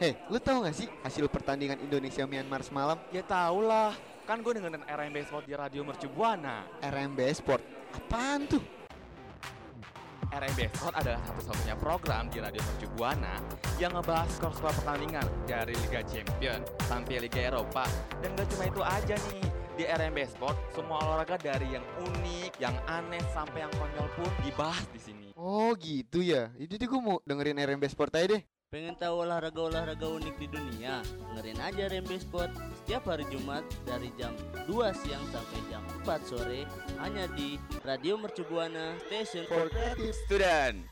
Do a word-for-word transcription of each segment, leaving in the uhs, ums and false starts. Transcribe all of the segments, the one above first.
Hei, lu tahu gak sih hasil pertandingan Indonesia Myanmar semalam? Ya tau lah, kan gue dengerin R M B Sport di Radio Mercu Buana. R M B Sport, apaan tuh? R M B Sport adalah satu-satunya program di Radio Mercu Buana yang ngebahas skor-skor pertandingan dari Liga Champion sampai Liga Eropa. Dan gak cuma itu aja nih, di R M B Sport semua olahraga dari yang unik, yang aneh sampai yang konyol pun dibahas di sini. Oh gitu ya, itu tuh gue mau dengerin R M B Sport aja deh. Pengen tahu olahraga-olahraga unik di dunia? Dengerin aja R M B Sport setiap hari Jumat dari jam dua siang sampai jam empat sore hanya di Radio Mercu Buana Station for Creative Student.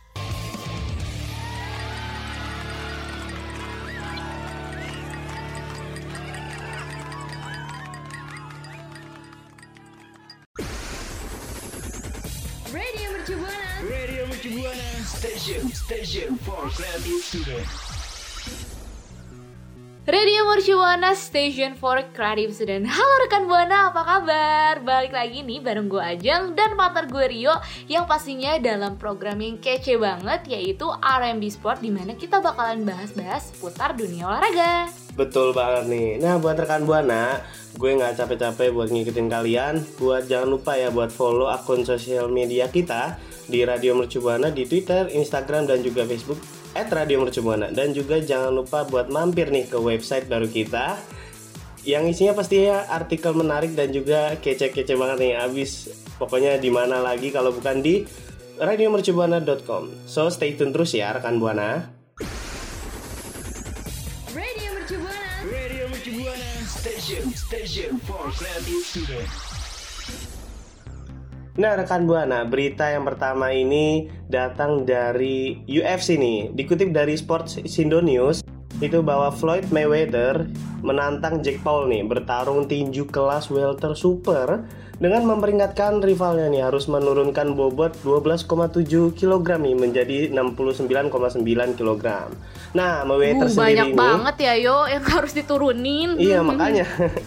Radio Mercu Buana. Radio Mercu Buana Station Station for Creative Student. Radio Mercu Buana Station for Creative Student. Halo rekan Buana, apa kabar? Balik lagi nih bareng gue Ajeng dan partner gue Rio, yang pastinya dalam program yang kece banget, yaitu R M B Sport, dimana kita bakalan bahas-bahas seputar dunia olahraga. Betul banget nih. Nah, buat rekan Buana, gue gak capek-capek buat ngikutin kalian. Buat jangan lupa ya buat follow akun sosial media kita di Radio Mercu Buana di Twitter, Instagram, dan juga Facebook at Radio Mercu Buana. Dan juga jangan lupa buat mampir nih ke website baru kita yang isinya pastinya artikel menarik dan juga kece-kece banget nih. Abis pokoknya di mana lagi kalau bukan di radio mercu buana dot com. So stay tune terus ya rekan Buana. Radio Mercu Buana. Radio Mercu Buana Station Station for Creative Student. Nah rekan Buana, berita yang pertama ini datang dari U F C nih. Dikutip dari Sports Indo News, itu bahwa Floyd Mayweather menantang Jake Paul nih bertarung tinju kelas welter super dengan memperingatkan rivalnya nih harus menurunkan bobot dua belas koma tujuh kilogram nih menjadi enam puluh sembilan koma sembilan kilogram. Nah, Mayweather Uh, sendiri banyak ini banget ya yo yang harus diturunin. Iya makanya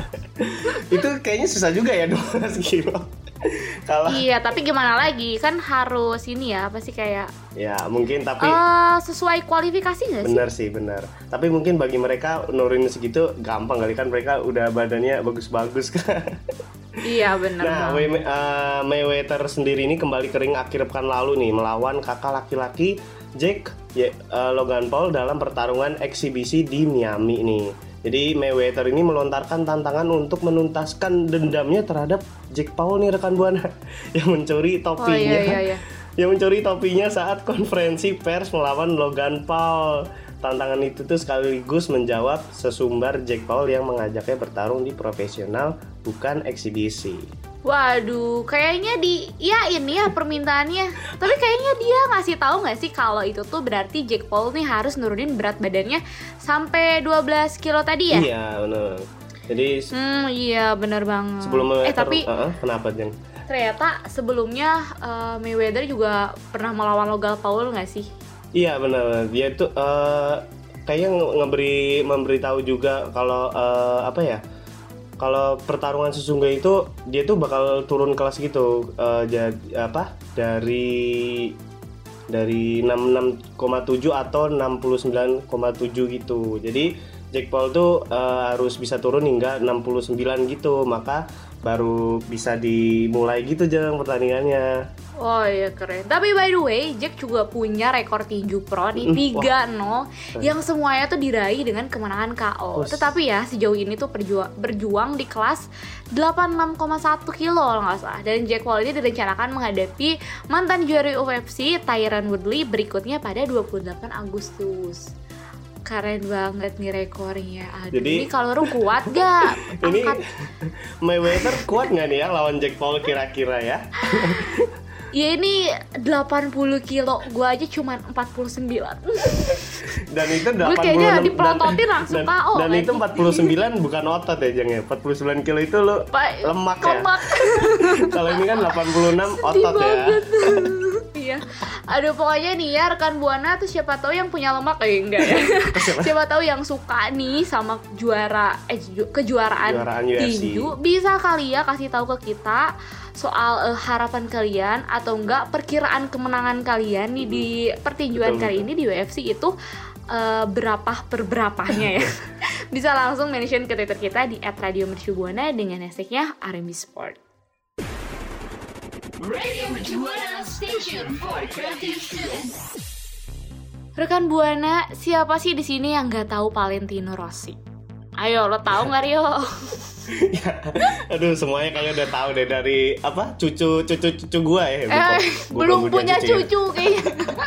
itu kayaknya susah juga ya dua belas kilo. Kalau Iya, tapi gimana lagi? Kan harus ini ya, apa sih kayak ya mungkin tapi eh, sesuai kualifikasi gak sih? benar sih benar. Tapi mungkin bagi mereka nurunin segitu gampang kali kan mereka udah badannya bagus-bagus kan. Iya benar. Nah, May- uh, Mayweather sendiri ini kembali ke ring akhir pekan lalu nih melawan kakak laki-laki Jake ya, uh, Logan Paul dalam pertarungan eksibisi di Miami nih. Jadi Mayweather ini melontarkan tantangan untuk menuntaskan dendamnya terhadap Jake Paul nih rekan Buana yang mencuri Oh topinya. iya iya iya. Yang mencuri topinya saat konferensi pers melawan Logan Paul. Tantangan itu tuh sekaligus menjawab sesumbar Jake Paul yang mengajaknya bertarung di profesional bukan eksibisi. Waduh, kayaknya diiyain ya permintaannya. Tapi kayaknya dia ngasih tahu nggak sih kalau itu tuh berarti Jake Paul nih harus nurunin berat badannya sampai dua belas kilo tadi ya? Iya benar. Jadi Hmm iya benar banget. sebelum eh Mayweather, tapi uh-uh, kenapa Jeng? ternyata sebelumnya eh, Mayweather juga pernah melawan Logan Paul nggak sih? Iya benar. Dia tuh uh, kayaknya nge- ngeberi memberitahu juga kalau uh, apa ya? Kalau pertarungan sesungguhnya itu dia tuh bakal turun kelas gitu, uh, jadi apa dari dari enam puluh enam koma tujuh atau enam puluh sembilan koma tujuh gitu. Jadi Jake Paul tuh uh, harus bisa turun hingga enam puluh sembilan gitu, maka baru bisa dimulai gitu Jeng pertandingannya. Oh iya keren. Tapi by the way, Jack juga punya rekor tinju pro nih Mm, tiga nol yang semuanya tuh diraih dengan kemenangan K O. Us. Tetapi ya sejauh ini tuh perjuang, berjuang di kelas delapan puluh enam koma satu kilo kalau nggak salah. Dan Jack Paul ini direncanakan menghadapi mantan juara U F C Tyron Woodley berikutnya pada dua puluh delapan Agustus. Keren banget nih rekornya. Aduh, Jadi- ini kalau lu kuat gak? Ini Angkat. Mayweather kuat nggak nih ya lawan Jake Paul kira-kira ya? Ya ini delapan puluh kilo, gua aja cuma empat puluh sembilan. Dan itu Gue delapan puluh kayaknya enam dipelototin langsung dan, K O dan lagi. itu empat puluh sembilan bukan otot ya Jeng ya. empat puluh sembilan kilo itu lo Pa- lemak ya. lemak. Kalau ini kan delapan puluh enam otot ya. Iya. Aduh pokoknya nih ya rekan Buana tuh siapa tahu yang punya lemak eh enggak ya. Siapa tahu yang suka nih sama juara eh ju- kejuaraan Kejuaraan U F C. tinju, bisa kali ya kasih tahu ke kita soal eh, harapan kalian atau enggak perkiraan kemenangan kalian nih di pertinjuan Betul, kali betul. ini di U F C itu uh, berapa per berapanya ya, bisa langsung mention ke Twitter kita di et radio mercubuana dengan hashtagnya R M B Sport. Radio Mercubuana Station for Creative Students. Rekan Buana, siapa sih di sini yang nggak tahu Valentino Rossi? Ayo, lo tahu nggak Rio? Ya, aduh, semuanya kayaknya udah tahu deh dari apa cucu cucu cucu gua ya. Eh, belum punya cucu kayaknya.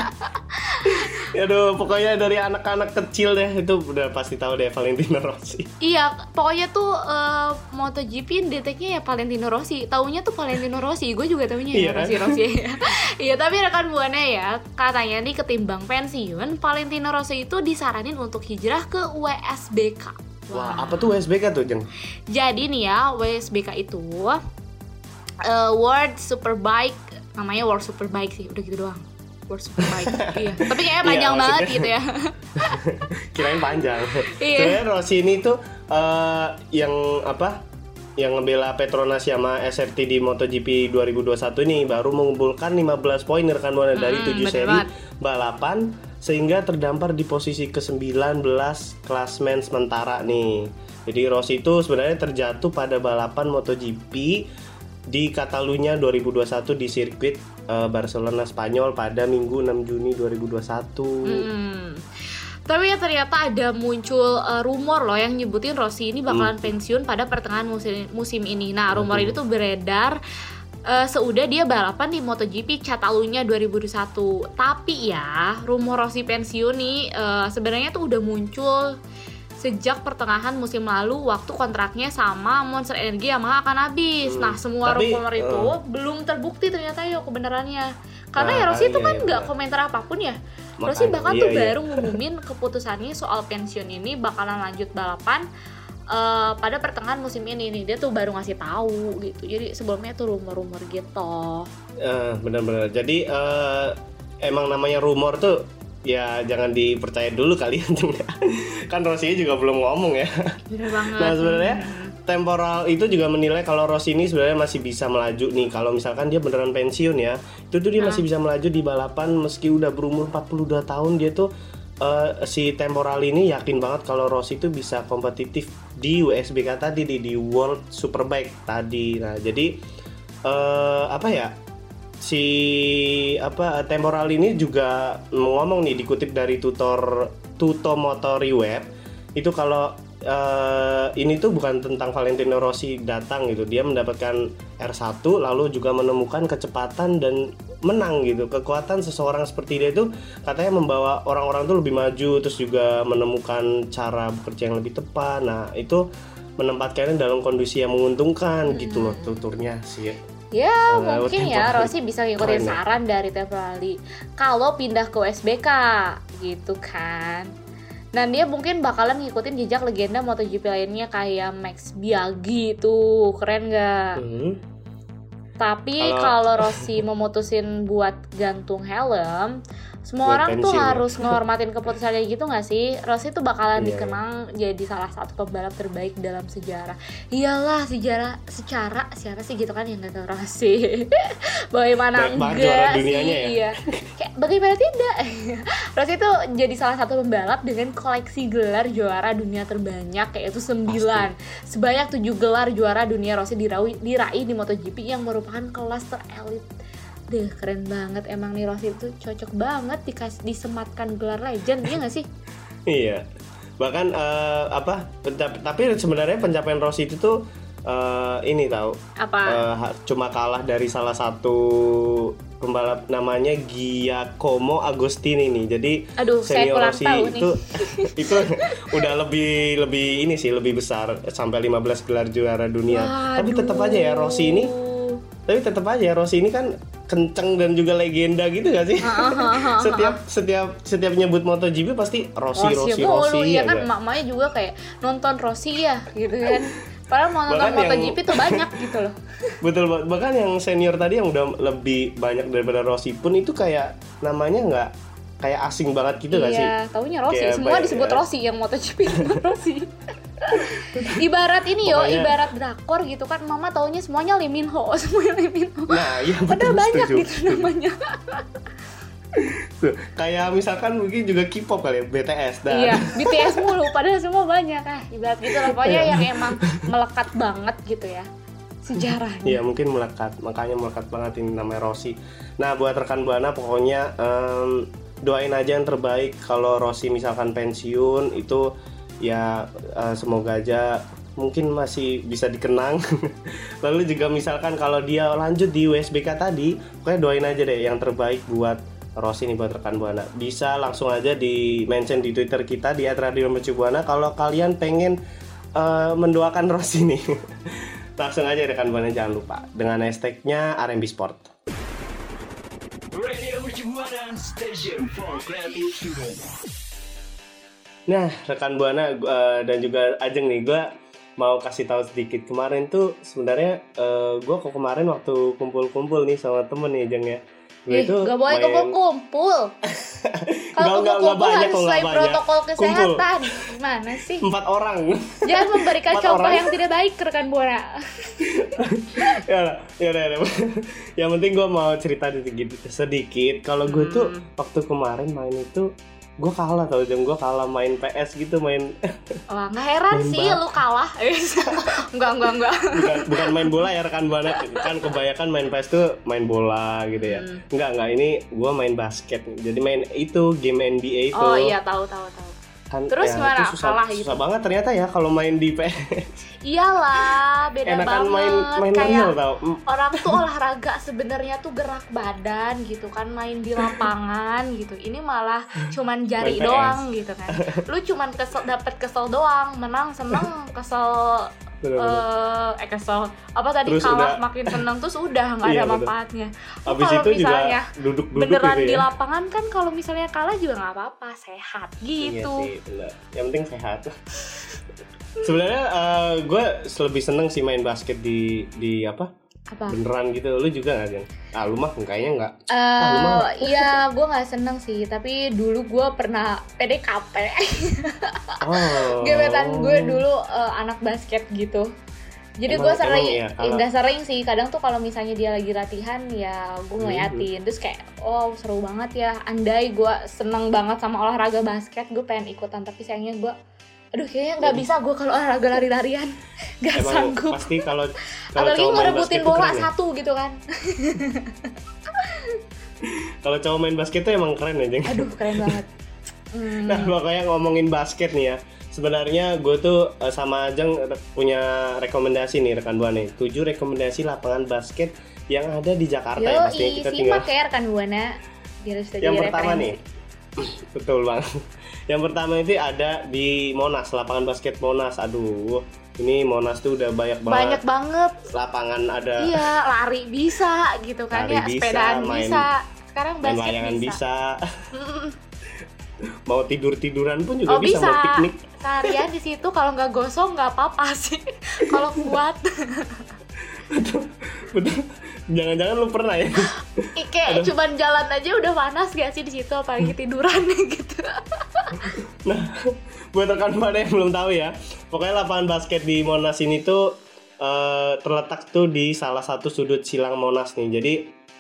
Aduh, pokoknya dari anak-anak kecil deh itu udah pasti tahu deh Valentino Rossi. Iya, pokoknya tuh uh, MotoGP deteknya ya Valentino Rossi. Taunya tuh Valentino Rossi, gue juga taunya ya Iya, kan? Rossi Rossi. Iya, tapi rekan Buana ya, katanya nih ketimbang pensiun, Valentino Rossi itu disaranin untuk hijrah ke W S B K. Wah, apa tuh W S B K tuh, Jeng? Jadi nih ya, W S B K itu uh, World Superbike, namanya World Superbike sih, udah gitu doang. World Superbike. Iya. Tapi kayaknya panjang Iya, banget maksudnya- gitu ya. Kirain panjang. Iya. Sebenarnya Rossi ini tuh uh, yang apa? Yang ngebela Petronas sama S R T di MotoGP dua ribu dua puluh satu ini baru mengumpulkan lima belas poin rekan Buana dari Mm-mm, tujuh bener seri banget. balapan sehingga terdampar di posisi ke sembilan belas klasmen sementara nih. Jadi Rossi itu sebenarnya terjatuh pada balapan MotoGP di Catalunya dua ribu dua puluh satu di sirkuit uh, Barcelona Spanyol pada Minggu enam Juni dua ribu dua puluh satu. Hmm. Tapi ya ternyata ada muncul uh, rumor loh yang nyebutin Rossi ini bakalan pensiun pada pertengahan musim musim ini. Nah, rumor ini tuh beredar uh, seudah dia balapan di MotoGP Catalunya dua ribu dua puluh satu. Tapi ya, rumor Rossi pensiun nih uh, sebenarnya tuh udah muncul sejak pertengahan musim lalu waktu kontraknya sama Monster Energy Yamaha akan habis. Hmm. Nah, semua Tapi, rumor itu uh, belum terbukti ternyata ya kebenarannya. Karena Nah, ya Rossi itu iya, kan iya, nggak benar. komentar apapun ya. Makanya, Rossi bahkan iya, tuh iya. baru ngumumin keputusannya soal pensiun ini bakalan lanjut balapan uh, pada pertengahan musim ini nih. Dia tuh baru ngasih tahu gitu. Jadi sebelumnya tuh rumor-rumor gitu. Eh, benar-benar. Jadi eh, emang namanya rumor tuh ya jangan dipercaya dulu kalian. Kan Rossi juga belum ngomong ya. Bener banget. Nah sebenarnya Hmm. Temporal itu juga menilai kalau Rossi ini sebenarnya masih bisa melaju nih. Kalau misalkan dia beneran pensiun ya, itu tuh dia Nah. masih bisa melaju di balapan meski udah berumur empat puluh dua tahun. Dia tuh eh, si Temporal ini yakin banget kalau Rossi itu bisa kompetitif di W S B K tadi di, di World Superbike tadi. Nah jadi eh, apa ya? Si apa Temporal ini juga ngomong nih dikutip dari tutor Tuto Motori Web itu kalau uh, ini tuh bukan tentang Valentino Rossi datang gitu, dia mendapatkan R satu lalu juga menemukan kecepatan dan menang gitu. Kekuatan seseorang seperti dia itu katanya membawa orang-orang tuh lebih maju, terus juga menemukan cara bekerja yang lebih tepat. Nah itu menempatkannya dalam kondisi yang menguntungkan gitu loh tuturnya sih. Ya Uh, mungkin ya Temporali. Rossi bisa ngikutin Keren ya. saran dari Temporali kalau pindah ke W S B K gitu kan. Dan dia mungkin bakalan ngikutin jejak legenda MotoGP lainnya kayak Max Biaggi tuh, keren gak? Hmm. Tapi Kalau- kalau Rossi memutusin buat gantung helm, semua Buat orang tuh pensiun ya. harus ngehormatin keputusannya gitu gak sih? Rossi tuh bakalan Iya, dikenang jadi salah satu pembalap terbaik dalam sejarah. Iyalah sejarah secara siapa sih gitu kan yang gak tahu Rossi. Bagaimana Banyak banget enggak juara sih? dunianya ya. Iya. Kayak bagaimana tidak? Rossi tuh jadi salah satu pembalap dengan koleksi gelar juara dunia terbanyak yaitu sembilan. Sebanyak tujuh gelar juara dunia Rossi diraih, diraih di MotoGP yang merupakan kelas terelit. Deh keren banget emang nih Rossi itu cocok banget dikasih disematkan gelar legend, iya gak sih? Iya. Bahkan eh, apa? pencap- tapi sebenarnya pencapaian Rossi itu tuh eh, ini tahu Apa? eh, ha- cuma kalah dari salah satu pembalap namanya Giacomo Agostini nih. Jadi Aduh, saya senior kurang Rossi tahu nih. itu itu udah lebih lebih ini sih lebih besar sampai lima belas gelar juara dunia. Tapi tetap aja ya Rossi ini Tapi tetap aja Rossi ini kan kenceng dan juga legenda gitu gak sih? setiap setiap setiap nyebut MotoGP pasti Rossi Rossi Rossi, ya kan aja. emak-emaknya juga kayak nonton Rossi ya gitu kan. Padahal mau nonton Bahkan yang- MotoGP tuh banyak gitu loh. Betul banget. Bahkan yang senior tadi yang udah lebih banyak daripada Rossi pun itu kayak namanya nggak kayak asing banget gitu gak sih? Iya, taunya Rossi. Kayak Semua banyak- disebut Rossi yang MotoGP disebut Rossi. Ibarat ini yo, Pokoknya- ibarat drakor gitu kan. Mama taunya semuanya Lee Min Ho, semuanya Lee Min Ho. Nah, iya Padahal betul, banyak setuju, gitu setuju. namanya. Tuh, kayak misalkan mungkin juga K-pop kali ya, B T S dan Iya, B T S mulu, padahal semua banyak ah. Ibarat gitu lah, pokoknya yang emang melekat banget gitu ya sejarahnya. Iya mungkin melekat, makanya melekat banget ini namanya Rossi. Nah buat rekan Buana pokoknya um, doain aja yang terbaik kalau Rossi misalkan pensiun itu ya uh, semoga aja mungkin masih bisa dikenang. Lalu juga misalkan kalau dia lanjut di U S B K tadi, pokoknya doain aja deh yang terbaik buat Rossi nih, buat rekan Buana. Bisa langsung aja di mention di Twitter kita di et radio mercu buana kalau kalian pengen uh, mendoakan Rossi nih. Langsung aja rekan Buana, jangan lupa dengan hashtagnya R M B Sport. Radio Mercu Buana, Station for Creative Student. Nah rekan Buana uh, dan juga Ajeng nih, gue mau kasih tahu sedikit. Kemarin tuh sebenarnya uh, gue kok kemarin waktu kumpul-kumpul nih sama temen nih Jeng ya. Gue Ih, gak boleh main... kumpul-kumpul. Kalau kumpul-kumpul harus sesuai protokol kesehatan. Gimana sih? Empat orang. Jangan memberikan contoh yang tidak baik ke rekan Buana. ya, ya, ya, ya. Yang penting gue mau cerita sedikit. sedikit. Kalau gue hmm. tuh waktu kemarin main itu gue kalah tau Jeng, gue kalah main P S gitu, main. Wah nggak heran sih bat. Lu kalah. enggak enggak enggak. Bukan, bukan main bola ya rekan Buana, kan kebanyakan main P S tuh main bola gitu ya. Hmm. Enggak enggak ini gue main basket, jadi main itu game N B A itu. Oh iya tahu tahu tahu. Kan, terus ya, gimana? Susah, kalah susah gitu. banget ternyata ya kalau main di P S. Iyalah, beda enakan banget. main main real tau. Orang tuh olahraga sebenarnya tuh gerak badan gitu kan, main di lapangan gitu. Ini malah cuman jari doang gitu kan. Lu cuman kesel, dapet kesel doang, menang seneng, kesel Uh, eh kesel apa tadi terus kalah udah, makin seneng terus udah nggak ada iya, manfaatnya. Abis itu juga duduk-duduk beneran gitu ya. Di lapangan kan kalau misalnya kalah juga nggak apa-apa, sehat gitu. Iya sih, yang penting sehat. Sebenarnya uh, gue lebih seneng sih main basket di di apa? Apa? Beneran gitu. Lu juga nggak Jeng? Ah lu mah kayaknya nggak. Uh, ah, iya gue nggak seneng sih, tapi dulu gue pernah P D K P. Oh. Gebetan gue dulu uh, anak basket gitu. Jadi gue sering, ya, nggak ya, sering sih. Kadang tuh kalau misalnya dia lagi latihan ya gue ngeliatin. Hmm. Terus kayak, oh seru banget ya. Andai gue seneng banget sama olahraga basket, gue pengen ikutan. Tapi sayangnya gue, aduh kayaknya nggak bisa gue kalau olahraga lari-larian. Gak emang sanggup. Pasti kalau apalagi ngerebutin bola satu ya? Gitu kan. Kalau cowok main basket tuh emang keren ya Jeng. Aduh keren banget. Hmm. Nah makanya ngomongin basket nih ya, sebenarnya gue tuh uh, sama Ajeng punya rekomendasi nih rekan Buana, tujuh rekomendasi lapangan basket yang ada di Jakarta. Yo, ya pastinya kita tinggal. Yo rekan Buana biar bisa yang pertama referensi. Nih betul banget. Yang pertama itu ada di Monas, lapangan basket Monas. Aduh ini Monas tuh udah banyak banget. Banyak banget. Lapangan ada. Iya lari bisa gitu kan lari ya, bisa, sepedaan main, bisa. Sekarang basket main layangan bisa. bisa. Mau tidur-tiduran pun juga oh, bisa, bisa. Mau piknik. Seharian di situ kalau nggak gosong nggak apa-apa sih. Kalau kuat. betul, betul. Jangan-jangan lu pernah ya? Kayak cuman jalan aja udah panas gak sih di situ, apalagi tiduran gitu. Nah, buat rekan Buana yang belum tahu ya, pokoknya lapangan basket di Monas ini tuh uh, terletak tuh di salah satu sudut silang Monas nih. Jadi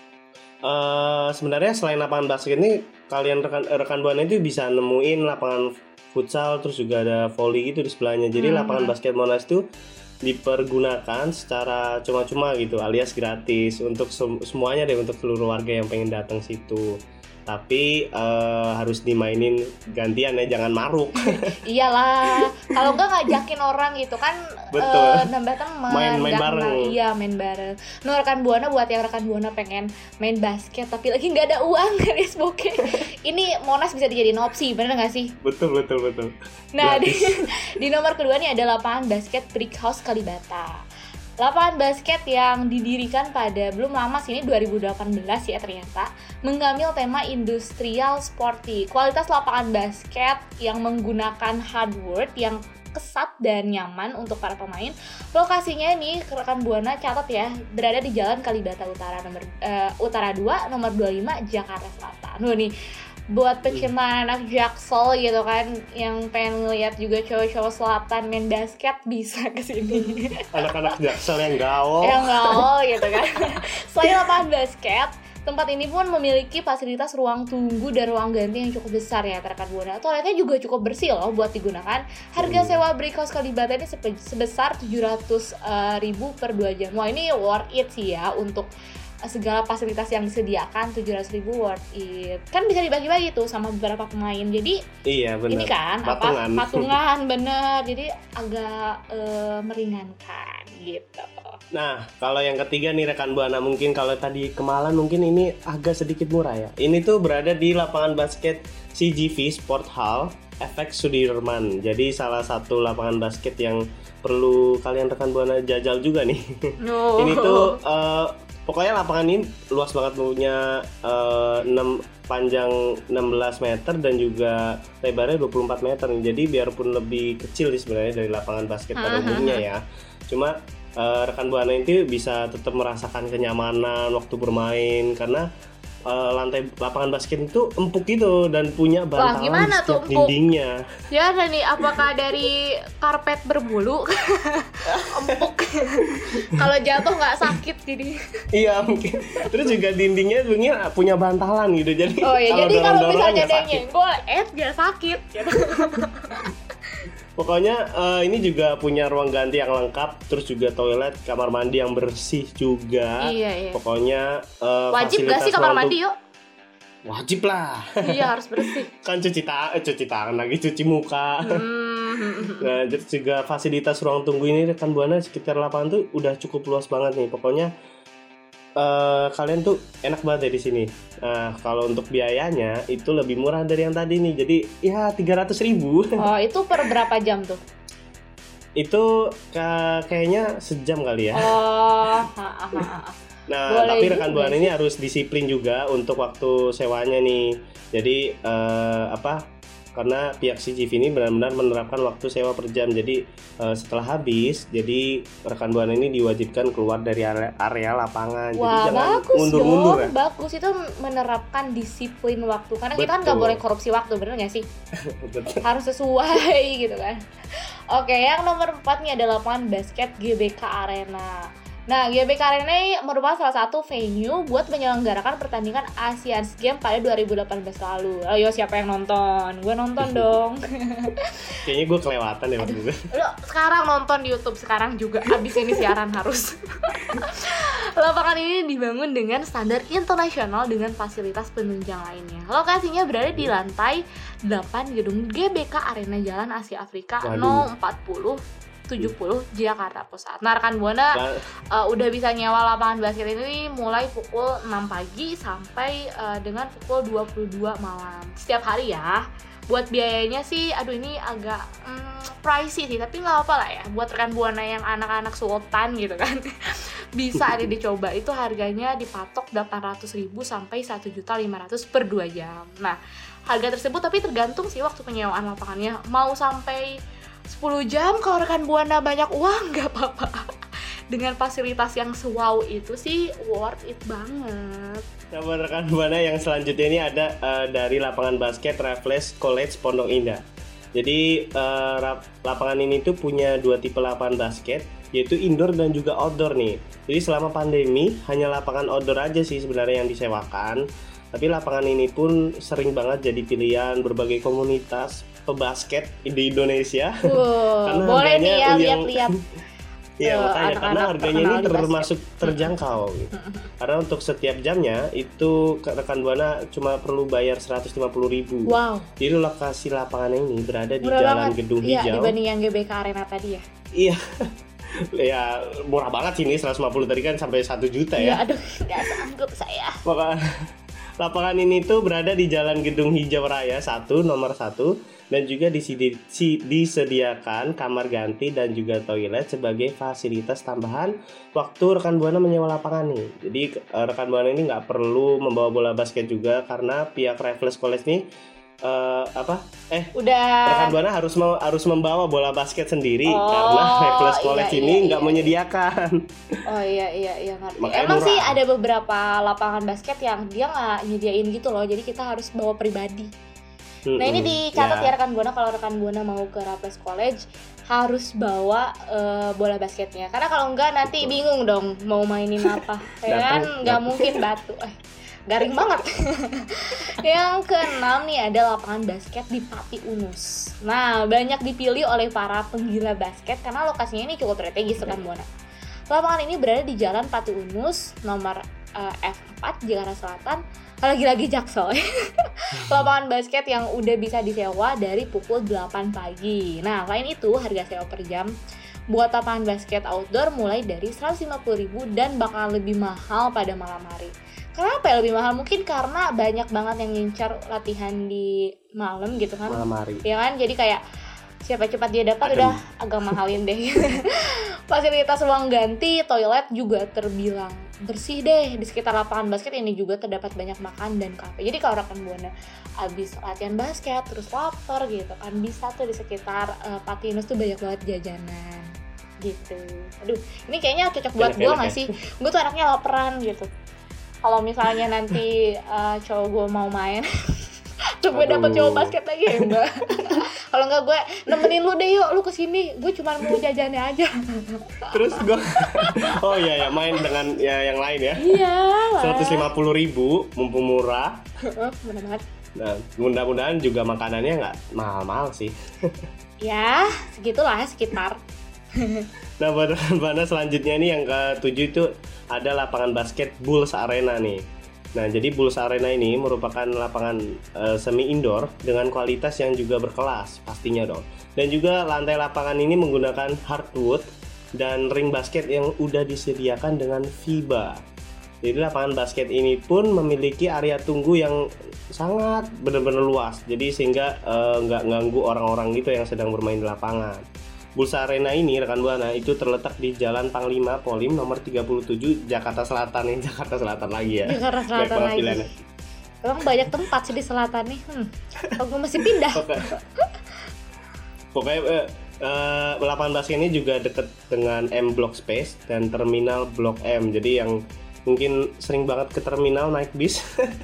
uh, sebenarnya selain lapangan basket ini, kalian rekan rekan Buana itu bisa nemuin lapangan futsal, terus juga ada volley gitu di sebelahnya. Jadi hmm. lapangan basket Monas tuh dipergunakan secara cuma-cuma gitu, alias gratis untuk sem- semuanya deh, untuk seluruh warga yang pengen datang situ. Tapi uh, harus dimainin gantian ya, jangan maruk. Iyalah, kalau enggak ngajakin orang gitu kan. Betul. Uh, nambah teman. Main main bareng. Iya main bareng. Nah rekan Buana, buat yang rekan Buana pengen main basket tapi lagi nggak ada uang guys, bokeh. Ini Monas bisa dijadiin opsi, bener nggak sih? Betul betul betul. Nah di, di nomor kedua nih ada lapangan basket Brick House Kalibata. Lapangan basket yang didirikan pada belum lama sih, ini dua ribu delapan belas ya ternyata, mengambil tema industrial sporty. Kualitas lapangan basket yang menggunakan hardwood yang kesat dan nyaman untuk para pemain. Lokasinya ini rekan Buana catat ya, berada di Jalan Kalibata Utara nomor uh, Utara dua nomor dua puluh lima Jakarta Selatan. Loh nih, buat pecinta anak Jaksel gitu kan yang pengen ngeliat juga cowok-cowok selatan main basket, bisa kesini. Anak-anak Jaksel yang gaul yang gaul gitu kan. Selain lapangan basket, Tempat ini pun memiliki fasilitas ruang tunggu dan ruang ganti yang cukup besar ya rekan Buana. Toiletnya juga cukup bersih loh buat digunakan. Harga Hmm. sewa Brickhouse Kalibata ini sepe- sebesar tujuh ratus ribu per dua jam. Wah ini worth it sih ya untuk uh, segala fasilitas yang disediakan. Tujuh ratus ribu worth it. Kan bisa dibagi-bagi tuh sama beberapa pemain. Jadi Iya benar. ini kan Patungan. apa patungan bener. Jadi agak uh, meringankan gitu. Nah, kalau yang ketiga nih rekan Buana, mungkin kalau tadi kemalan mungkin ini agak sedikit murah ya. Ini tuh berada di lapangan basket C G V Sport Hall F X Sudirman. Jadi salah satu lapangan basket yang perlu kalian rekan Buana jajal juga nih. No. Ini tuh eh, pokoknya lapangan ini luas banget, punya eh, enam panjang enam belas meter dan juga lebarnya dua puluh empat meter. Jadi biarpun lebih kecil sih sebenarnya dari lapangan basket pada umumnya ya. Cuma Uh, rekan Buana itu bisa tetap merasakan kenyamanan waktu bermain karena uh, lantai lapangan basket itu empuk gitu dan punya bantalan gimana di setiap tuh empuk? dindingnya. Ya ada nih, apakah dari karpet berbulu empuk? Kalau jatuh nggak sakit jadi. Iya mungkin. Terus juga dindingnya punya punya bantalan gitu. Jadi Oh ya, jadi kalau dorong-dorong misalnya nggak ada yang sakit. nyenggol, eh dia sakit. Gitu. Pokoknya uh, ini juga punya ruang ganti yang lengkap, terus juga toilet, kamar mandi yang bersih juga. Iya iya. Pokoknya uh, Wajib gak sih fasilitas kamar ruang mandi tu- yuk? Wajib lah. Iya harus bersih. Kan cuci tangan, eh, cuci tangan lagi, cuci muka. Hmm. Nah, terus juga fasilitas ruang tunggu ini rekan Buana sekitar lapangan tuh udah cukup luas banget nih. Pokoknya uh, kalian tuh enak banget ya di sini. Nah, kalau untuk biayanya itu lebih murah dari yang tadi nih. Jadi ya tiga ratus ribu. Oh itu per berapa jam tuh? Itu ka- kayaknya sejam kali ya. Oh. Ha, ha, ha, ha. Nah, Boleh tapi rekan juga Buana ini harus disiplin juga untuk waktu sewanya nih. Jadi eh, apa? Karena pihak C G V ini benar-benar menerapkan waktu sewa per jam. Jadi eh, setelah habis, jadi rekan Buana ini diwajibkan keluar dari area, area lapangan. Jadi Wah jangan bagus mundur-mundur dong, ya. bagus itu menerapkan disiplin waktu. Karena kita kan nggak Betul. boleh korupsi waktu, bener nggak sih? Betul. Harus sesuai gitu kan. Oke, yang nomor empat nih ada lapangan basket G B K Arena. Nah, G B K Arena ini merupakan salah satu venue buat menyelenggarakan pertandingan Asian Games pada dua ribu delapan belas lalu. Ayo siapa yang nonton? Gue nonton dong. Kayaknya gue kelewatan ya waktu itu. Lo sekarang nonton di YouTube, sekarang juga abis ini siaran harus. Lapangan ini dibangun dengan standar internasional dengan fasilitas penunjang lainnya. Lokasinya berada di lantai delapan gedung G B K Arena Jalan Asia Afrika Waduh. nol empat nol tujuh nol Jakarta Pusat. Nah, rekan Buana Nah, uh, udah bisa nyewa lapangan basket ini mulai pukul enam pagi sampai uh, dengan pukul dua puluh dua malam setiap hari ya. Buat biayanya sih, aduh ini agak mm, pricey sih, tapi nggak apa lah ya. Buat rekan Buana yang anak-anak sultan gitu kan, bisa nih dicoba. Itu harganya dipatok delapan ratus ribu sampai satu juta lima ratus per dua jam. Nah, harga tersebut tapi tergantung sih waktu penyewaan lapangannya. Mau sampai sepuluh jam kalau rekan Buana banyak uang nggak apa-apa. Dengan fasilitas yang sewow itu sih worth it banget. Kabar rekan Buana yang selanjutnya ini ada uh, dari lapangan basket Raffles College Pondok Indah. Jadi uh, rap- lapangan ini tuh punya dua tipe lapangan basket, yaitu indoor dan juga outdoor nih. Jadi selama pandemi hanya lapangan outdoor aja sih sebenarnya yang disewakan. Tapi lapangan ini pun sering banget jadi pilihan berbagai komunitas pebasket di Indonesia. Wow, Karena boleh harganya nih ya yang- lihat-lihat. Iya Ke makanya karena anak-anak harganya ini terkenal di termasuk terjangkau gitu. Karena untuk setiap jamnya itu ke- rekan Buana cuma perlu bayar seratus lima puluh ribu. Wow, Jadi lokasi lapangan ini berada di murah Jalan banget. Gedung Iya, Hijau. dibanding yang G B K Arena tadi ya. Iya. Ya murah banget sih ini, seratus lima puluh tadi kan sampai satu juta Iya, ya. aduh, nggak sanggup saya. Maka lapangan ini tuh berada di Jalan Gedung Hijau Raya satu nomor satu dan juga disedi- si- disediakan kamar ganti dan juga toilet sebagai fasilitas tambahan waktu rekan Buana menyewa lapangan nih. Jadi eh, rekan Buana ini nggak perlu membawa bola basket juga karena pihak Raffles College nih eh, apa eh Udah. rekan Buana harus mau harus membawa bola basket sendiri Oh, karena Raffles College iya, ini iya, nggak iya. menyediakan. Oh iya iya iya ngerti. Makanya Emang murah. sih ada beberapa lapangan basket yang dia nggak nyediain gitu loh, jadi kita harus bawa pribadi. Nah ini dicatat ya. ya rekan Buana, kalau rekan Buana mau ke Raffles College harus bawa uh, bola basketnya. Karena kalau enggak nanti bingung dong mau mainin apa. Ya kan nggak mungkin batu. Eh, garing banget. Yang keenam nih ada lapangan basket di Pati Unus. Nah banyak dipilih oleh para penggila basket karena lokasinya ini cukup strategis rekan Buana. Lapangan ini berada di Jalan Pati Unus nomor uh, F empat Jakarta Selatan. Lagi-lagi Jaksel. Lapangan basket yang udah bisa disewa dari pukul delapan pagi. Nah, selain itu harga sewa per jam buat lapangan basket outdoor mulai dari seratus lima puluh ribu dan bakal lebih mahal pada malam hari. Kenapa ya lebih mahal? Mungkin karena banyak banget yang ngincar latihan di malam gitu kan. Malam hari. Ya kan? Jadi kayak siapa cepat dia dapat udah agak mahalin deh. Fasilitas ruang ganti, toilet juga terbilang bersih deh. Di sekitar lapangan basket ini juga terdapat banyak makan dan kafe. Jadi kalau rekan Buana abis latihan basket terus lapar gitu kan, bisa tuh di sekitar uh, Pati Unus tuh banyak banget jajanan gitu. Aduh, ini kayaknya cocok buat gue nggak sih? Gue tuh anaknya laparan gitu. Kalau misalnya nanti uh, cowok gue mau main tuh gue dapet cowok basket lagi ya mbak. Kalau enggak gue nemenin lu deh, yuk lu kesini, gue cuma mau jajannya aja. Terus gue oh iya ya main dengan ya yang lain ya. Iya seratus lima puluh ribu mumpung murah. Bener banget. Nah mudah-mudahan juga makanannya nggak mahal-mahal sih. Ya segitulah sekitar. Nah buat rekan selanjutnya nih yang ketujuh itu ada lapangan basket Bulls Arena nih. Nah, jadi Bulls Arena ini merupakan lapangan uh, semi indoor dengan kualitas yang juga berkelas, pastinya dong. Dan juga lantai lapangan ini menggunakan hardwood dan ring basket yang udah disediakan dengan FIBA. Jadi lapangan basket ini pun memiliki area tunggu yang sangat benar-benar luas. Jadi sehingga uh, nggak ganggu orang-orang gitu yang sedang bermain di lapangan. Bulls Arena ini rekan Buana itu terletak di Jalan Panglima Polim nomor tiga puluh tujuh Jakarta Selatan nih, Jakarta Selatan lagi ya. Jakarta Selatan lagi. Pilihannya. Emang banyak tempat sih di selatan nih. Hmm. Kalau gue masih pindah. Oke. Pokoknya eh, eh, lapangan basket ini juga dekat dengan M Block Space dan terminal Blok M. Jadi yang mungkin sering banget ke terminal naik bis.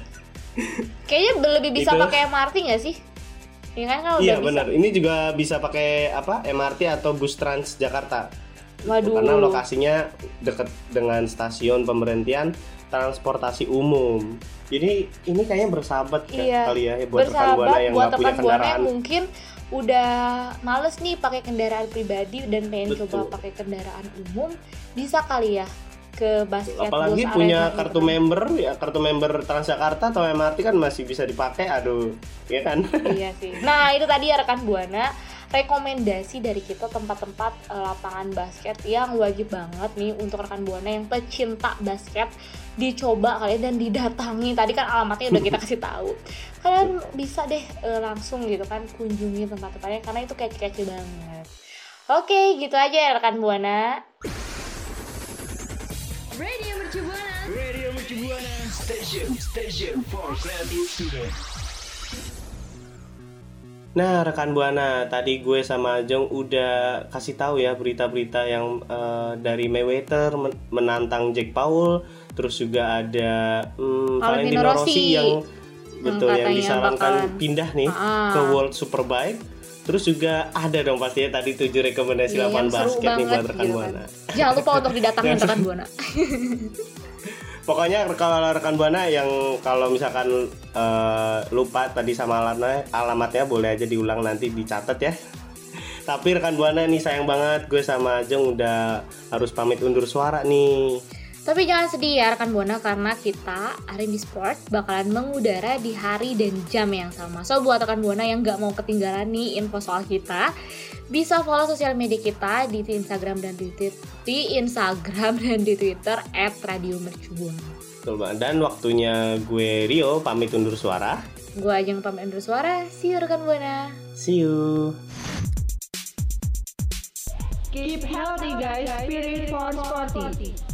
Kayaknya lebih bisa pakai M R T nggak sih? Ya kan, kalau iya udah benar. Ini juga bisa pakai apa M R T atau bus Trans Jakarta. Waduh. Karena lokasinya dekat dengan stasiun pemberhentian transportasi umum. Jadi ini kayaknya bersahabat iya, kali ya buat rekan Buana yang nggak punya kendaraan. Yang mungkin udah males nih pakai kendaraan pribadi dan pengen Betul. coba pakai kendaraan umum, bisa kali ya ke basket. Apalagi punya kartu itu. member ya, kartu member Transjakarta atau M R T kan masih bisa dipakai. Aduh, ya kan? Iya sih. Nah, itu tadi ya rekan Buana, rekomendasi dari kita tempat-tempat uh, lapangan basket yang wajib banget nih untuk rekan Buana yang pecinta basket dicoba kalian dan didatangi. Tadi kan alamatnya udah kita kasih tahu. Kalian bisa deh uh, langsung gitu kan kunjungi tempat-tempatnya karena itu kece-kece banget. Oke, gitu aja ya rekan Buana. Radio Mercu Buana. Radio Mercu Buana. Station, station for creative students. Nah rekan Buana, tadi gue sama Jong udah kasih tahu ya berita-berita yang uh, dari Mayweather men- menantang Jake Paul, terus juga ada um, Valentino Rossi yang betul yang disarankan bakalan pindah nih ah. ke World Superbike. Terus juga ada dong pastinya tadi tujuh rekomendasi yeah, lapangan basket nih buat rekan gitu Buana. Kan. Jangan lupa untuk didatangin rekan Buana. Pokoknya kalau rekan Buana yang kalau misalkan uh, lupa tadi sama alamatnya, alamatnya boleh aja diulang nanti dicatat ya. Tapi rekan Buana nih sayang banget gue sama Jong udah harus pamit undur suara nih. Tapi jangan sedih ya rekan Buana karena kita R and B Sport bakalan mengudara di hari dan jam yang sama. So buat rekan Buana yang gak mau ketinggalan nih info soal kita, bisa follow sosial media kita di Instagram dan di, di Instagram dan di Twitter et radio mercu buana. Dan waktunya gue Rio pamit undur suara. Gue Ajeng pamit undur suara. See you rekan Buana. See you. Keep healthy guys, spirit for sporty.